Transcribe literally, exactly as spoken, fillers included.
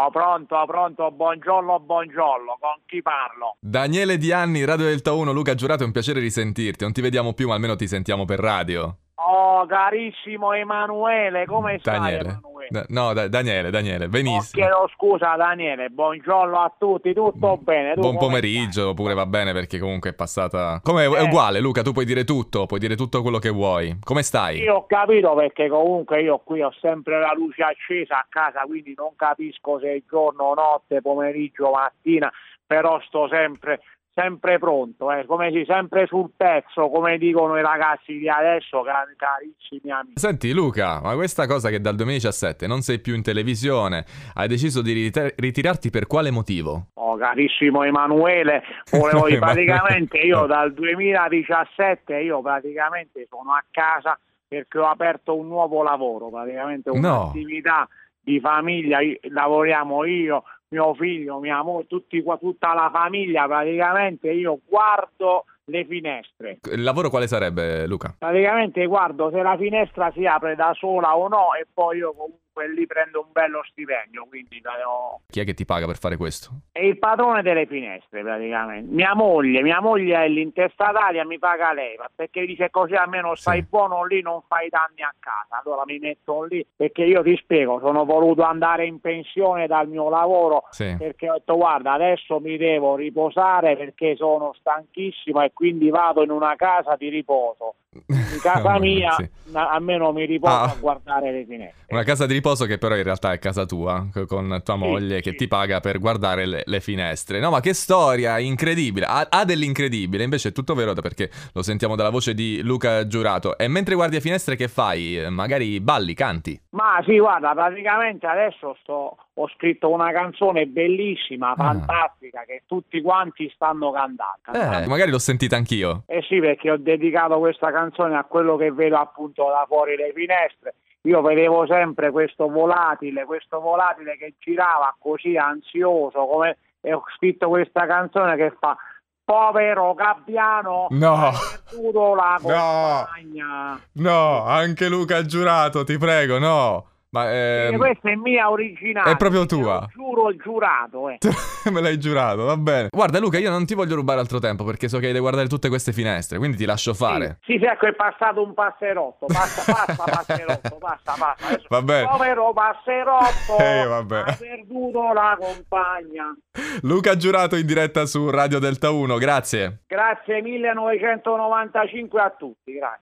Pronto, pronto, pronto, buongiorno, buongiorno, con chi parlo? Daniele Dianni, Radio Delta uno, Luca Giurato, è un piacere risentirti. Non ti vediamo più, ma almeno ti sentiamo per radio. Oh, carissimo Emanuele, come stai, Daniele. Emanuele? Da- no, da- Daniele, Daniele, benissimo. Oh, chiedo scusa, Daniele, buongiorno a tutti, tutto bene? Tu Buon come pomeriggio, stai? pure va bene perché comunque è passata... Come è Eh. uguale, Luca, tu puoi dire tutto, puoi dire tutto quello che vuoi. Come stai? Io ho capito perché comunque io qui ho sempre la luce accesa a casa, quindi non capisco se è giorno, notte, pomeriggio, mattina, però sto sempre... sempre pronto, eh, come si sempre sul pezzo, come dicono i ragazzi di adesso, car- carissimi amici. Senti Luca, ma questa cosa che dal duemiladiciassette non sei più in televisione, hai deciso di rit- ritirarti per quale motivo? Oh, carissimo Emanuele, volevo Emanuele. praticamente io dal duemiladiciassette io praticamente sono a casa perché ho aperto un nuovo lavoro, praticamente No. un'attività di famiglia, io- lavoriamo io, mio figlio, mia moglie, tutti qua, tutta la famiglia, praticamente io guardo le finestre. Il lavoro quale sarebbe, Luca? Praticamente guardo se la finestra si apre da sola o no e poi io comunque lì prendo un bello stipendio, quindi eh, Chi è che ti paga per fare questo? è il padrone delle finestre praticamente. Mia moglie, mia moglie è l'intestataria, mi paga lei, perché dice così almeno stai Sì. buono lì, non fai danni a casa. Allora mi metto lì perché io ti spiego, sono voluto andare in pensione dal mio lavoro Sì. perché ho detto guarda adesso mi devo riposare perché sono stanchissimo e quindi vado in una casa di riposo. In casa mia Sì. na- almeno mi riposo Ah. a guardare le finestre. Una casa di riposo che però in realtà è casa tua, co- con tua Sì, moglie che sì. ti paga per guardare le, le finestre. No, ma che storia incredibile! Ha, ha dell'incredibile, invece è tutto vero perché lo sentiamo dalla voce di Luca Giurato. E mentre guardi le finestre che fai? Eh, Magari balli, canti. Ma sì, guarda, praticamente adesso sto, ho scritto una canzone bellissima, fantastica, che tutti quanti stanno cantando. Eh, magari l'ho sentita anch'io. Eh sì, perché ho dedicato questa canzone a quello che vedo appunto da fuori le finestre. Io vedevo sempre questo volatile, questo volatile che girava così ansioso, come e ho scritto questa canzone che fa povero gabbiano, No. hai perduto la No. compagna. No, anche Luca Giurato, ti prego, no. Ma Eh, ehm, questa è mia originale. è proprio te lo tua. Giuro, giurato, eh. me l'hai giurato, va bene. Guarda Luca, io non ti voglio rubare altro tempo perché so che hai da guardare tutte queste finestre, quindi ti lascio fare. Sì, sì, ecco, è passato un passerotto. Passa, passa, passerotto, passa, passa. Adesso, Va bene. povero passerotto, Eh, vabbè. hai perduto la compagna. Luca Giurato in diretta su Radio Delta uno, grazie. Grazie millenovecentonovantacinque a tutti, grazie.